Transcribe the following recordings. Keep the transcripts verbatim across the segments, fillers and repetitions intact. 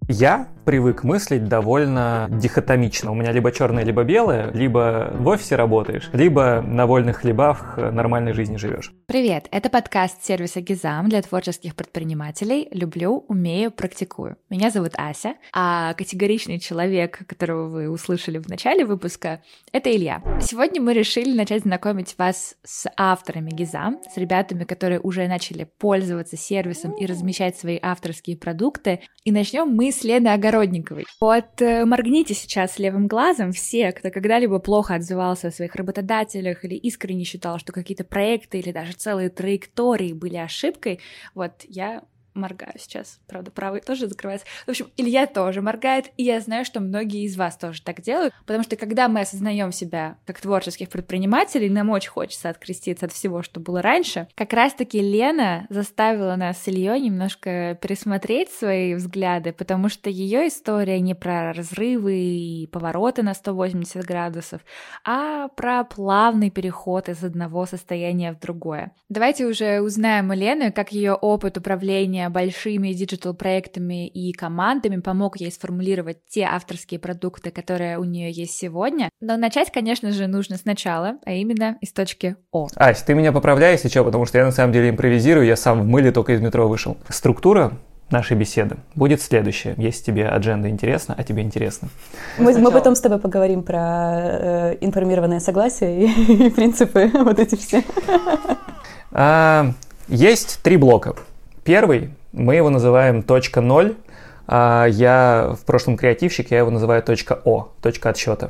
Я привык мыслить довольно дихотомично. У меня либо черное, либо белое, либо в офисе работаешь, либо на вольных хлебах нормальной жизни живешь. Привет, это подкаст сервиса Гизам для творческих предпринимателей «Люблю, умею, практикую». Меня зовут Ася, а категоричный человек, которого вы услышали в начале выпуска, это Илья. Сегодня мы решили начать знакомить вас с авторами Гизам, с ребятами, которые уже начали пользоваться сервисом и размещать свои авторские продукты. И начнем мы с Лены Огородниковой. Вот э, моргните сейчас левым глазом все, кто когда-либо плохо отзывался о своих работодателях или искренне считал, что какие-то проекты или даже целые траектории были ошибкой. Вот я моргаю сейчас, правда, правый тоже закрывается. В общем, Илья тоже моргает, и я знаю, что многие из вас тоже так делают, потому что когда мы осознаем себя как творческих предпринимателей, нам очень хочется откреститься от всего, что было раньше. Как раз-таки Лена заставила нас с Ильей немножко пересмотреть свои взгляды, потому что ее история не про разрывы и повороты на сто восемьдесят градусов, а про плавный переход из одного состояния в другое. Давайте уже узнаем у Лены, как ее опыт управления большими диджитал-проектами и командами помог ей сформулировать те авторские продукты, которые у нее есть сегодня. Но начать, конечно же, нужно сначала, а именно из точки О. Ась, ты меня поправляй, если что, потому что я на самом деле импровизирую, я сам в мыле только из метро вышел. Структура нашей беседы будет следующая, если тебе адженда интересна, а тебе интересно. Мы, Сначала... мы потом с тобой поговорим про э, информированное согласие и, и принципы вот эти все. А, есть три блока. Первый, мы его называем точка ноль, а я в прошлом креативщик, я его называю точка О, точка отсчета.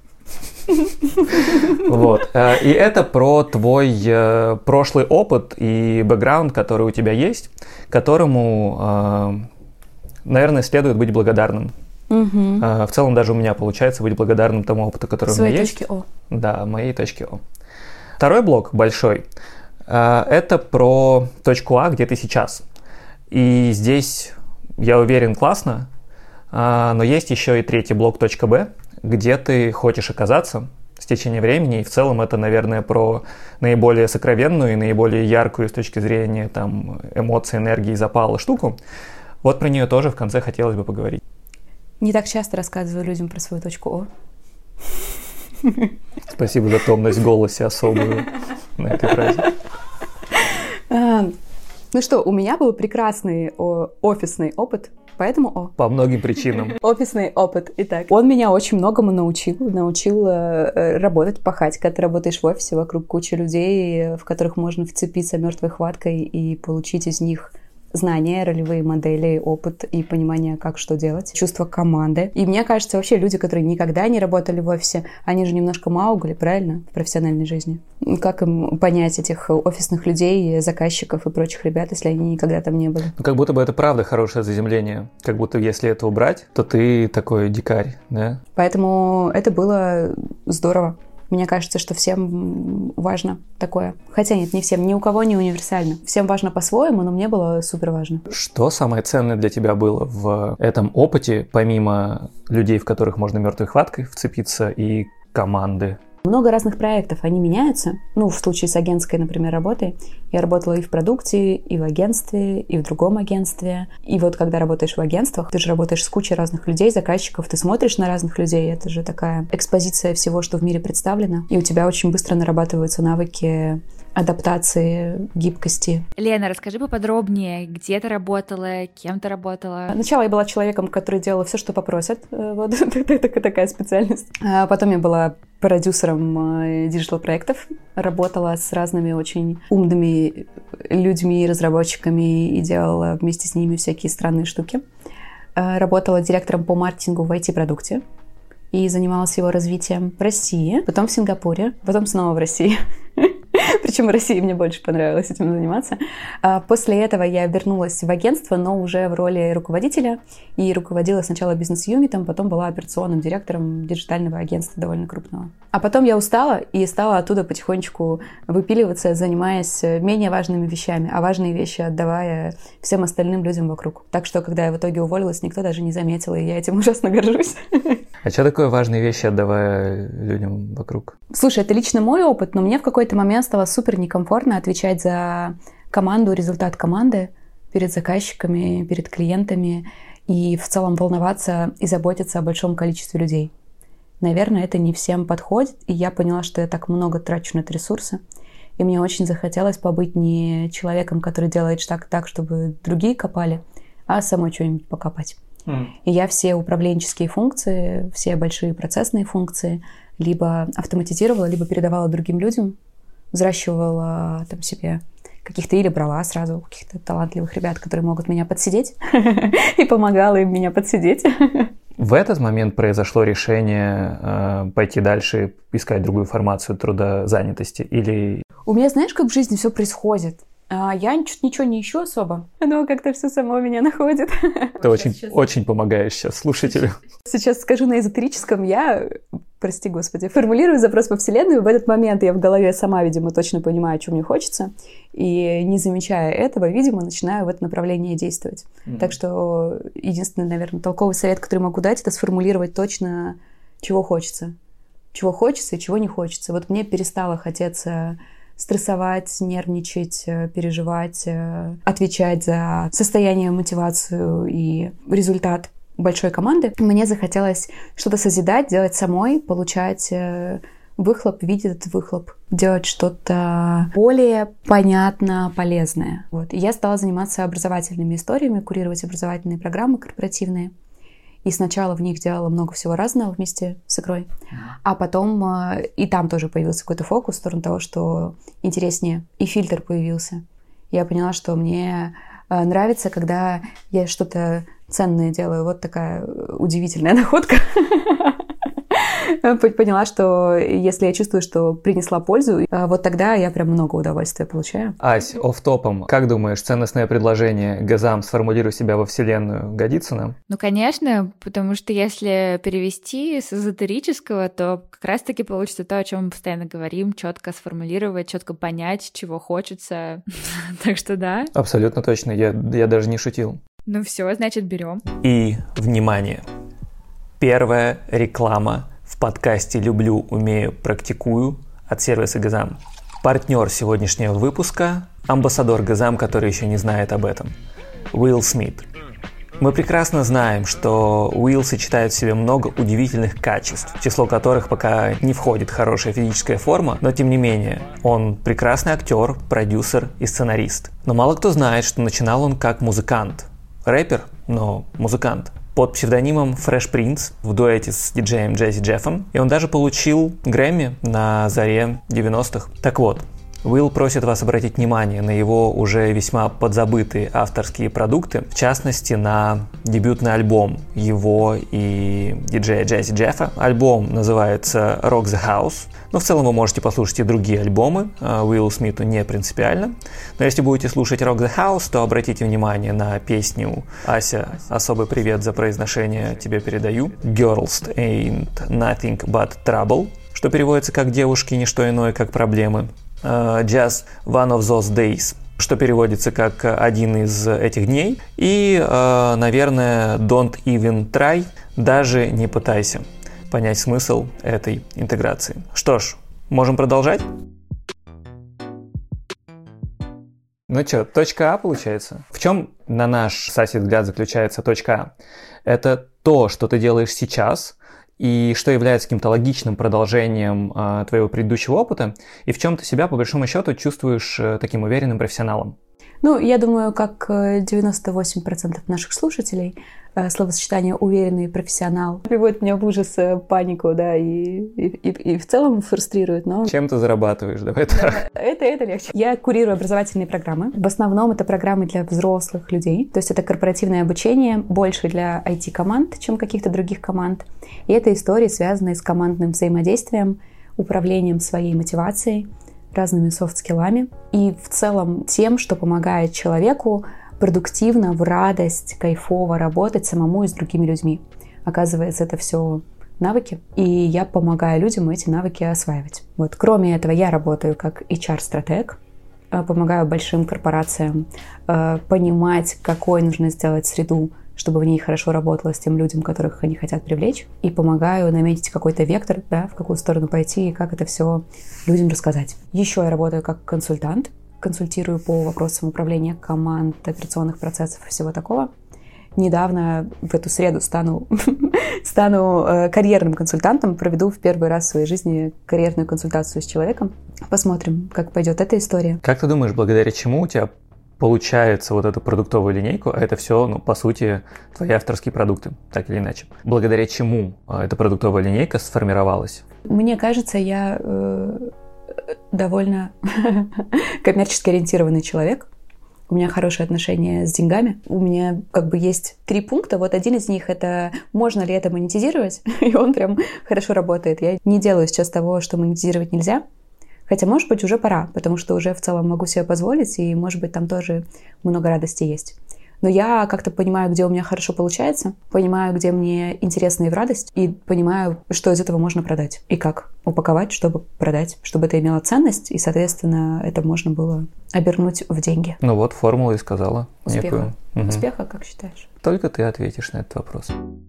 Вот. И это про твой прошлый опыт и бэкграунд, который у тебя есть, которому, наверное, следует быть благодарным. Угу. В целом даже у меня получается быть благодарным тому опыту, который у меня есть. Своей точке О. Да, моей точке О. Второй блок большой. Это про точку А, где ты сейчас. И здесь, я уверен, классно, но есть еще и третий блок, точка Б, где ты хочешь оказаться с течением времени. И в целом это, наверное, про наиболее сокровенную и наиболее яркую с точки зрения там, эмоций, энергии, запала штуку. Вот про нее тоже в конце хотелось бы поговорить. Не так часто рассказываю людям про свою точку О. Спасибо за томность в голосе особую на этой фразе. А, ну что, у меня был прекрасный о, офисный опыт, поэтому О. По многим причинам. Офисный опыт. Итак, он меня очень многому научил. Научил э, работать, пахать. Когда ты работаешь в офисе, вокруг кучи людей, в которых можно вцепиться мертвой хваткой и получить из них знания, ролевые модели, опыт и понимание, как что делать, чувство команды. И мне кажется, вообще люди, которые никогда не работали в офисе, они же немножко маугли, правильно, в профессиональной жизни. Как им понять этих офисных людей, заказчиков и прочих ребят, если они никогда там не были? Ну, как будто бы это правда хорошее заземление. Как будто если это убрать, то ты такой дикарь, да? Поэтому это было здорово. Мне кажется, что всем важно такое. Хотя нет, не всем, ни у кого не универсально. Всем важно по-своему, но мне было супер важно. Что самое ценное для тебя было в этом опыте, помимо людей, в которых можно мертвой хваткой вцепиться, и команды? Много разных проектов, они меняются. Ну, в случае с агентской, например, работой. Я работала и в продукте, и в агентстве, и в другом агентстве. И вот когда работаешь в агентствах, ты же работаешь с кучей разных людей, заказчиков, ты смотришь на разных людей, это же такая экспозиция всего, что в мире представлено. И у тебя очень быстро нарабатываются навыки адаптации, гибкости. Лена, расскажи поподробнее, где ты работала, кем ты работала? Сначала я была человеком, который делал все, что попросят. Вот такая специальность. А потом я была продюсером диджитал-проектов. Работала с разными очень умными людьми, разработчиками и делала вместе с ними всякие странные штуки. Работала директором по маркетингу в ай ти-продукте и занималась его развитием в России, потом в Сингапуре, потом снова в России. Причем в России мне больше понравилось этим заниматься. После этого я вернулась в агентство, но уже в роли руководителя. И руководила сначала бизнес-юнитом, потом была операционным директором диджитального агентства довольно крупного. А потом я устала и стала оттуда потихонечку выпиливаться, занимаясь менее важными вещами, а важные вещи отдавая всем остальным людям вокруг. Так что, когда я в итоге уволилась, никто даже не заметил, и я этим ужасно горжусь. А что такое важные вещи, отдавая людям вокруг? Слушай, это лично мой опыт, но мне в какой-то момент стало супер некомфортно отвечать за команду, результат команды перед заказчиками, перед клиентами. и в целом волноваться и заботиться о большом количестве людей. Наверное, это не всем подходит, и я поняла, что я так много трачу на это ресурсы, и мне очень захотелось побыть не человеком, который делает так, так, чтобы другие копали, а самой что-нибудь покопать. Mm. И я все управленческие функции, все большие процессные функции либо автоматизировала, либо передавала другим людям, взращивала там себе каких-то или брала сразу каких-то талантливых ребят, которые могут меня подсидеть, и помогала им меня подсидеть. В этот момент произошло решение э, пойти дальше, искать другую формацию трудозанятости или... У меня, знаешь, как в жизни все происходит? Я что-то ничего не ищу особо. Оно как-то все само меня находит. Ты очень, сейчас... очень помогаешь сейчас слушателю. Сейчас скажу на эзотерическом. Я, прости господи, формулирую запрос во Вселенную. В этот момент я в голове сама, видимо, точно понимаю, что мне хочется. И не замечая этого, видимо, начинаю в это направление действовать. Mm-hmm. Так что единственный, наверное, толковый совет, который могу дать, это сформулировать точно, чего хочется. Чего хочется и чего не хочется. Вот мне перестало хотеться... стрессовать, нервничать, переживать, отвечать за состояние, мотивацию и результат большой команды. Мне захотелось что-то созидать, делать самой, получать выхлоп, видеть этот выхлоп, делать что-то более понятно полезное. Вот. И я стала заниматься образовательными историями, курировать образовательные программы корпоративные. И сначала в них делала много всего разного вместе с игрой. А потом э, и там тоже появился какой-то фокус в сторону того, что интереснее. И фильтр появился. Я поняла, что мне э, нравится, когда я что-то ценное делаю. Вот такая удивительная находка. Поняла, что если я чувствую, что принесла пользу, вот тогда я прям много удовольствия получаю. Ась, офф-топом, как думаешь, ценностное предложение «Газам, сформулируй себя во Вселенную» годится нам? Ну, конечно, потому что если перевести с эзотерического, то как раз-таки получится то, о чем мы постоянно говорим, четко сформулировать, четко понять, чего хочется. Так что да. Абсолютно точно, я, я даже не шутил. Ну все, значит, берем. И, внимание, первая реклама в подкасте «Люблю, умею, практикую» от сервиса Газам. Партнер сегодняшнего выпуска – амбассадор Газам, который еще не знает об этом – Уилл Смит. Мы прекрасно знаем, что Уилл сочетает в себе много удивительных качеств, в число которых пока не входит хорошая физическая форма, но тем не менее, он прекрасный актер, продюсер и сценарист. Но мало кто знает, что начинал он как музыкант. Рэпер, но музыкант. Под псевдонимом Fresh Prince в дуэте с диджеем Джесси Джеффом, и он даже получил Грэмми на заре девяностых. Так вот, Уилл просит вас обратить внимание на его уже весьма подзабытые авторские продукты, в частности, на дебютный альбом его и диджея Джесси Джеффа. Альбом называется Rock the House, но в целом вы можете послушать и другие альбомы, Уиллу Смиту не принципиально. Но если будете слушать Rock the House, то обратите внимание на песню «Ася, особый привет за произношение тебе передаю», «Girls ain't nothing but trouble», что переводится как «девушки не что иное, как проблемы», Just One of Those Days, что переводится как «один из этих дней», и, наверное, Don't Even Try, даже не пытайся понять смысл этой интеграции. Что ж, можем продолжать? Ну что, точка А получается? В чем, на наш с Асей взгляд, заключается точка А? Это то, что ты делаешь сейчас, и что является каким-то логичным продолжением э, твоего предыдущего опыта, и в чем ты себя, по большому счету, чувствуешь э, таким уверенным профессионалом? Ну, я думаю, как девяносто восемь процентов наших слушателей, словосочетание «уверенный профессионал» приводит меня в ужас, панику, да, и, и, и в целом фрустрирует, но... Чем ты зарабатываешь? Давай так. Это, это легче. Я курирую образовательные программы. В основном это программы для взрослых людей, то есть это корпоративное обучение, больше для ай ти-команд, чем каких-то других команд. И это истории, связанные с командным взаимодействием, управлением своей мотивацией, разными софт-скиллами и в целом тем, что помогает человеку продуктивно, в радость, кайфово работать самому и с другими людьми. Оказывается, это все навыки, и я помогаю людям эти навыки осваивать. Вот. Кроме этого, я работаю как эйч ар-стратег, помогаю большим корпорациям э, понимать, какой нужно сделать среду, чтобы в ней хорошо работало с тем людям, которых они хотят привлечь, и помогаю наметить какой-то вектор, да, в какую сторону пойти и как это все людям рассказать. Еще я работаю как консультант, консультирую по вопросам управления команд, операционных процессов и всего такого. недавно в эту среду стану, стану э, карьерным консультантом, проведу в первый раз в своей жизни карьерную консультацию с человеком. Посмотрим, как пойдет эта история. Как ты думаешь, благодаря чему у тебя получается вот эту продуктовую линейку, а это все, ну, по сути, твои авторские продукты, так или иначе. Благодаря чему эта продуктовая линейка сформировалась? Мне кажется, я э, довольно коммерчески ориентированный человек. У меня хорошие отношения с деньгами. У меня как бы есть три пункта. Вот один из них — это можно ли это монетизировать, и он прям хорошо работает. Я не делаю сейчас того, что монетизировать нельзя. Хотя, может быть, уже пора, потому что уже в целом могу себе позволить, и, может быть, там тоже много радости есть. Но я как-то понимаю, где у меня хорошо получается, понимаю, где мне интересно и в радость, и понимаю, что из этого можно продать, и как упаковать, чтобы продать, чтобы это имело ценность, и, соответственно, это можно было обернуть в деньги. Ну вот, формулу и сказала. Успеха. Некую. Угу. Успеха, как считаешь? Только ты ответишь на этот вопрос.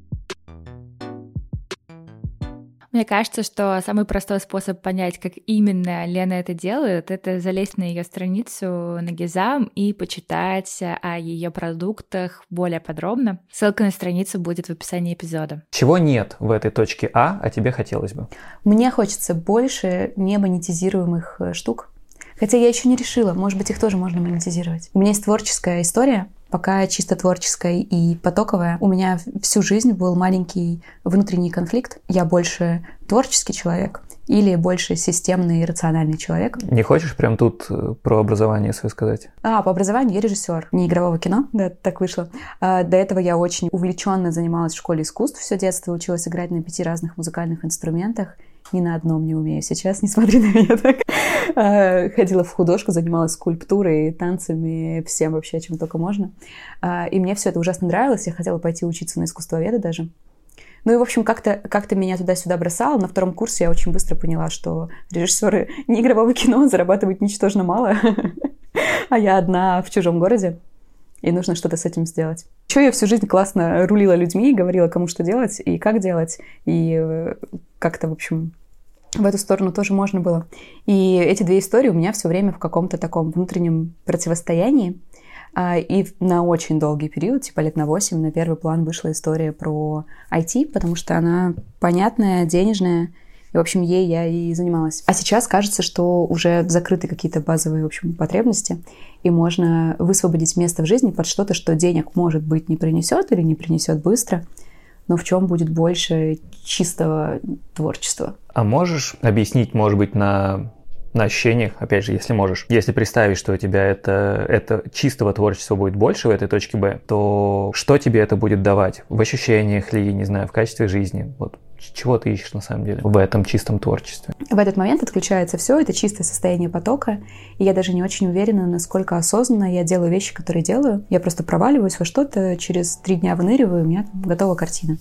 Мне кажется, что самый простой способ понять, как именно Лена это делает, это залезть на ее страницу на Гизам и почитать о ее продуктах более подробно. Ссылка на страницу будет в описании эпизода. Чего нет в этой точке А, а тебе хотелось бы? Мне хочется больше немонетизируемых штук. Хотя я еще не решила, может быть, их тоже можно монетизировать. У меня есть творческая история, пока чисто творческая и потоковая. У меня всю жизнь был маленький внутренний конфликт. Я больше творческий человек или больше системный и рациональный человек. Не хочешь прям тут про образование свое сказать? А, по образованию я режиссер, не игрового кино, да, так вышло. А, до этого я очень увлеченно занималась в школе искусств все детство, училась играть на пяти разных музыкальных инструментах. Ни на одном не умею сейчас, не смотри на меня так. А, ходила в художку, занималась скульптурой, танцами, всем вообще, чем только можно. А, и мне все это ужасно нравилось, я хотела пойти учиться на искусствоведа даже. Ну и, в общем, как-то, как-то меня туда-сюда бросало. На втором курсе я очень быстро поняла, что режиссеры неигрового кино зарабатывают ничтожно мало, а я одна в чужом городе, и нужно что-то с этим сделать. Еще я всю жизнь классно рулила людьми, говорила, кому что делать и как делать, и как-то, в общем, в эту сторону тоже можно было. И эти две истории у меня все время в каком-то таком внутреннем противостоянии. И на очень долгий период, типа лет на восемь, на первый план вышла история про ай ти, потому что она понятная, денежная, и, в общем, ей я и занималась. А сейчас кажется, что уже закрыты какие-то базовые, в общем, потребности, и можно высвободить место в жизни под что-то, что денег, может быть, не принесет или не принесет быстро, но в чем будет больше чистого творчества. А можешь объяснить, может быть, на... на ощущениях, опять же, если можешь. Если представить, что у тебя это, это чистого творчества будет больше в этой точке Б, то что тебе это будет давать? В ощущениях ли, не знаю, в качестве жизни? Вот чего ты ищешь на самом деле в этом чистом творчестве? В этот момент отключается все, это чистое состояние потока, и я даже не очень уверена, насколько осознанно я делаю вещи, которые делаю. Я просто проваливаюсь во что-то, через три дня выныриваю, у меня готова картина.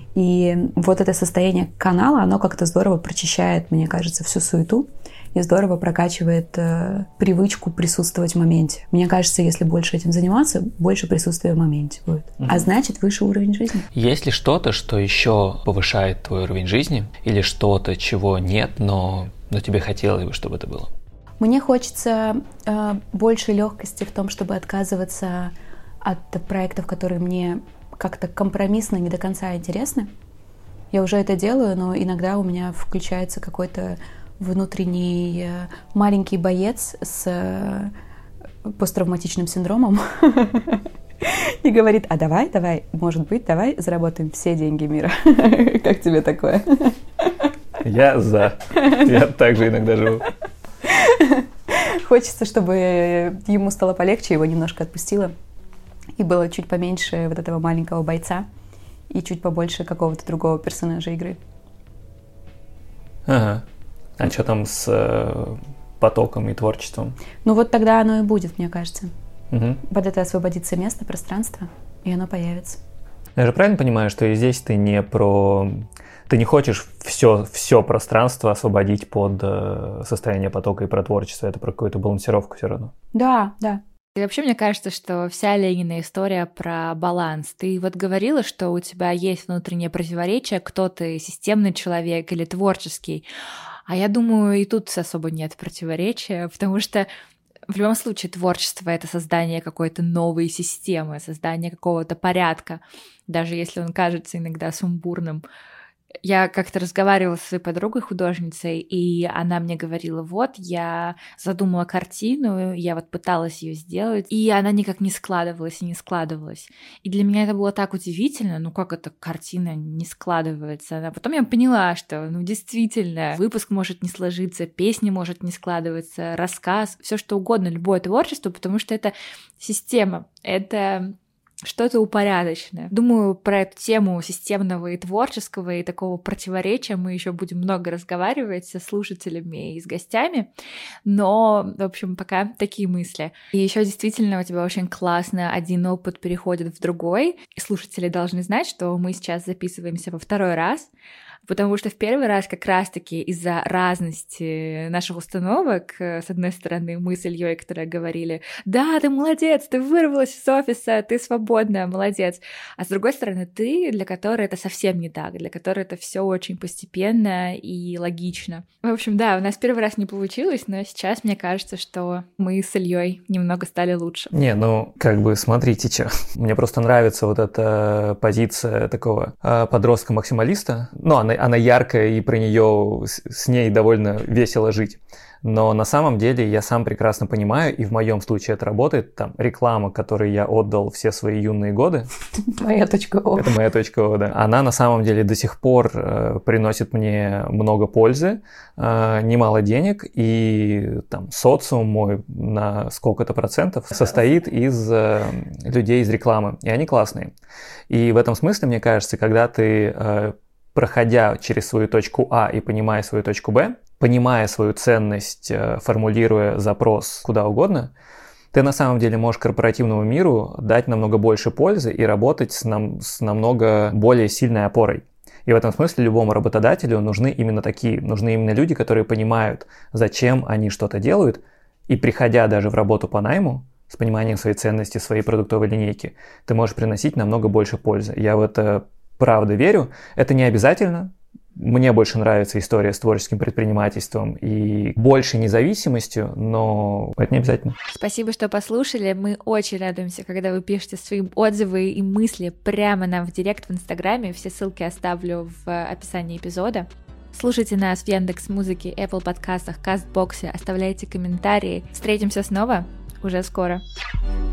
И вот это состояние канала, оно как-то здорово прочищает, мне кажется, всю суету, и здорово прокачивает э, привычку присутствовать в моменте. Мне кажется, если больше этим заниматься, больше присутствия в моменте будет. Mm-hmm. А значит, выше уровень жизни. Есть ли что-то, что еще повышает твой уровень жизни? Или что-то, чего нет, но, но тебе хотелось бы, чтобы это было? Мне хочется э, больше легкости в том, чтобы отказываться от проектов, которые мне как-то компромиссно не до конца интересны. Я уже это делаю, но иногда у меня включается какой-то внутренний маленький боец с посттравматичным синдромом и говорит: а давай, давай, может быть, давай заработаем все деньги мира. Как тебе такое? Я за. Я также иногда живу. Хочется, чтобы ему стало полегче, его немножко отпустило, и было чуть поменьше вот этого маленького бойца и чуть побольше какого-то другого персонажа игры. Ага. А что там с э, потоком и творчеством? Ну вот тогда оно и будет, мне кажется. Угу. Под это освободится место, пространство, и оно появится. Я же правильно понимаю, что и здесь ты не про... Ты не хочешь все, все пространство освободить под э, состояние потока и про творчество, это про какую-то балансировку все равно? Да, да. И вообще, мне кажется, что вся Ленина история про баланс. Ты вот говорила, что у тебя есть внутреннее противоречие, кто ты, системный человек или творческий. А я думаю, и тут особо нет противоречия, потому что В любом случае, творчество — это создание какой-то новой системы, создание какого-то порядка, даже если он кажется иногда сумбурным. Я как-то разговаривала со своей подругой художницей, и она мне говорила: вот, я задумала картину, я вот пыталась ее сделать, и она никак не складывалась и не складывалась. И для меня это было так удивительно, ну как эта картина не складывается. А потом я поняла, что, ну действительно, выпуск может не сложиться, песня может не складываться, рассказ, все что угодно, любое творчество, потому что это система, это что-то упорядоченное. Думаю, про эту тему системного и творческого, и такого противоречия мы еще будем много разговаривать со слушателями и с гостями, но, в общем, пока такие мысли. И еще действительно у тебя очень классно один опыт переходит в другой, и слушатели должны знать, что мы сейчас записываемся во второй раз, потому что в первый раз как раз-таки из-за разности наших установок, с одной стороны, мы с Ильей, которые говорили: да, ты молодец, ты вырвалась из офиса, ты свободная, молодец. А с другой стороны, ты, для которой это совсем не так, для которой это все очень постепенно и логично. В общем, да, у нас первый раз не получилось, но сейчас мне кажется, что мы с Ильей немного стали лучше. Не, ну, как бы, смотрите, что. Мне просто нравится вот эта позиция такого подростка-максималиста. Ну, она Она яркая, и про нее с ней довольно весело жить. Но на самом деле я сам прекрасно понимаю, и в моем случае это работает, там, реклама, которой я отдал все свои юные годы. Моя точка О. Это моя точка О, да. Она на самом деле до сих пор э, приносит мне много пользы, э, немало денег, и там социум мой на сколько-то процентов состоит из э, людей из рекламы, и они классные. И в этом смысле, мне кажется, когда ты... Э, проходя через свою точку А и понимая свою точку Б, понимая свою ценность, формулируя запрос куда угодно, ты на самом деле можешь корпоративному миру дать намного больше пользы и работать с, нам, с намного более сильной опорой. И в этом смысле любому работодателю нужны именно такие, нужны именно люди, которые понимают, зачем они что-то делают, и приходя даже в работу по найму, с пониманием своей ценности, своей продуктовой линейки, ты можешь приносить намного больше пользы. Я в это правда верю. Это не обязательно. Мне больше нравится история с творческим предпринимательством и большей независимостью, но это не обязательно. Спасибо, что послушали. Мы очень радуемся, когда вы пишете свои отзывы и мысли прямо нам в директ в Инстаграме. Все ссылки оставлю в описании эпизода. Слушайте нас в Яндекс.Музыке, Apple подкастах, Кастбоксе, оставляйте комментарии. Встретимся снова уже скоро.